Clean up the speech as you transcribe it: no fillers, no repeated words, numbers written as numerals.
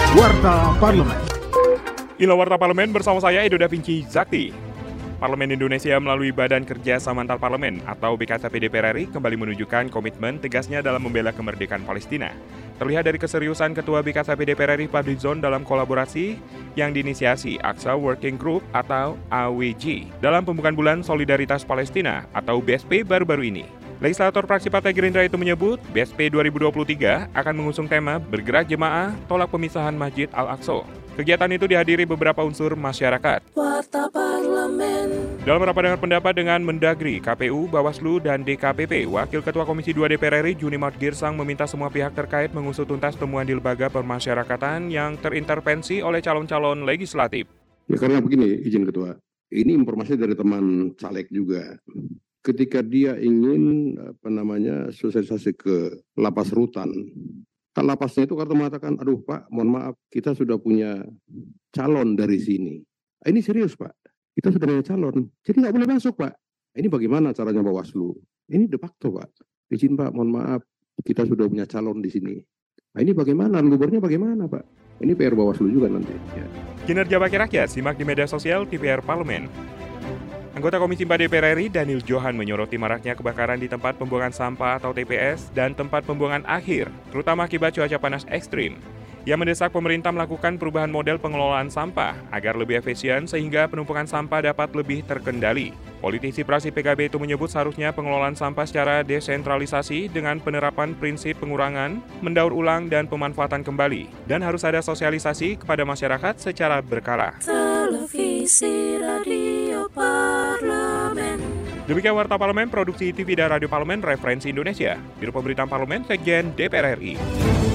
Warta Parlemen. Inilah Warta Parlemen bersama saya Edo Da Vinci Zakti. Parlemen Indonesia melalui Badan Kerja Samantal Parlemen atau BKSP DPR RI kembali menunjukkan komitmen tegasnya dalam membela kemerdekaan Palestina. Terlihat dari keseriusan Ketua BKSP DPR RI Fadlizon dalam kolaborasi yang diinisiasi Aqsa Working Group atau AWG dalam pembukaan Bulan Solidaritas Palestina atau BSP baru-baru ini. Legislator fraksi Partai Gerindra itu menyebut BSP 2023 akan mengusung tema Bergerak Jemaah Tolak Pemisahan Masjid Al-Aqsa. Kegiatan itu dihadiri beberapa unsur masyarakat. Warta Parlemen. Dalam rapat dengar pendapat dengan Mendagri, KPU, Bawaslu, dan DKPP, Wakil Ketua Komisi 2 DPR RI Junimart Girsang meminta semua pihak terkait mengusut tuntas temuan di lembaga permasyarakatan yang terintervensi oleh calon-calon legislatif. Ya karena begini, izin Ketua, ini informasi dari teman caleg juga. Ketika dia ingin sosialisasi ke lapas rutan, kan lapasnya itu karena mengatakan, aduh Pak, mohon maaf, kita sudah punya calon dari sini. Ini serius Pak, kita sudah punya calon, jadi nggak boleh masuk Pak. Ini bagaimana caranya Bawaslu? Ini de facto Pak, izin Pak, mohon maaf, kita sudah punya calon di sini. Ini bagaimana, lubernya bagaimana Pak? Ini PR Bawaslu juga nanti. Ya. Kinerja Wakil Rakyat, simak di media sosial TVR Parlemen. Anggota Komisi 4 DPR RI Daniel Johan menyoroti maraknya kebakaran di tempat pembuangan sampah atau TPS dan tempat pembuangan akhir, terutama akibat cuaca panas ekstrim. Ia mendesak pemerintah melakukan perubahan model pengelolaan sampah agar lebih efisien sehingga penumpukan sampah dapat lebih terkendali. Politisi praksi PKB itu menyebut seharusnya pengelolaan sampah secara desentralisasi dengan penerapan prinsip pengurangan, mendaur ulang, dan pemanfaatan kembali. Dan harus ada sosialisasi kepada masyarakat secara berkala. Televisi Radio Parlemen. Demikian Warta Parlemen, produksi TV dan Radio Parlemen, Referensi Indonesia. Biro Pemberitaan Parlemen, Sekjen DPR RI.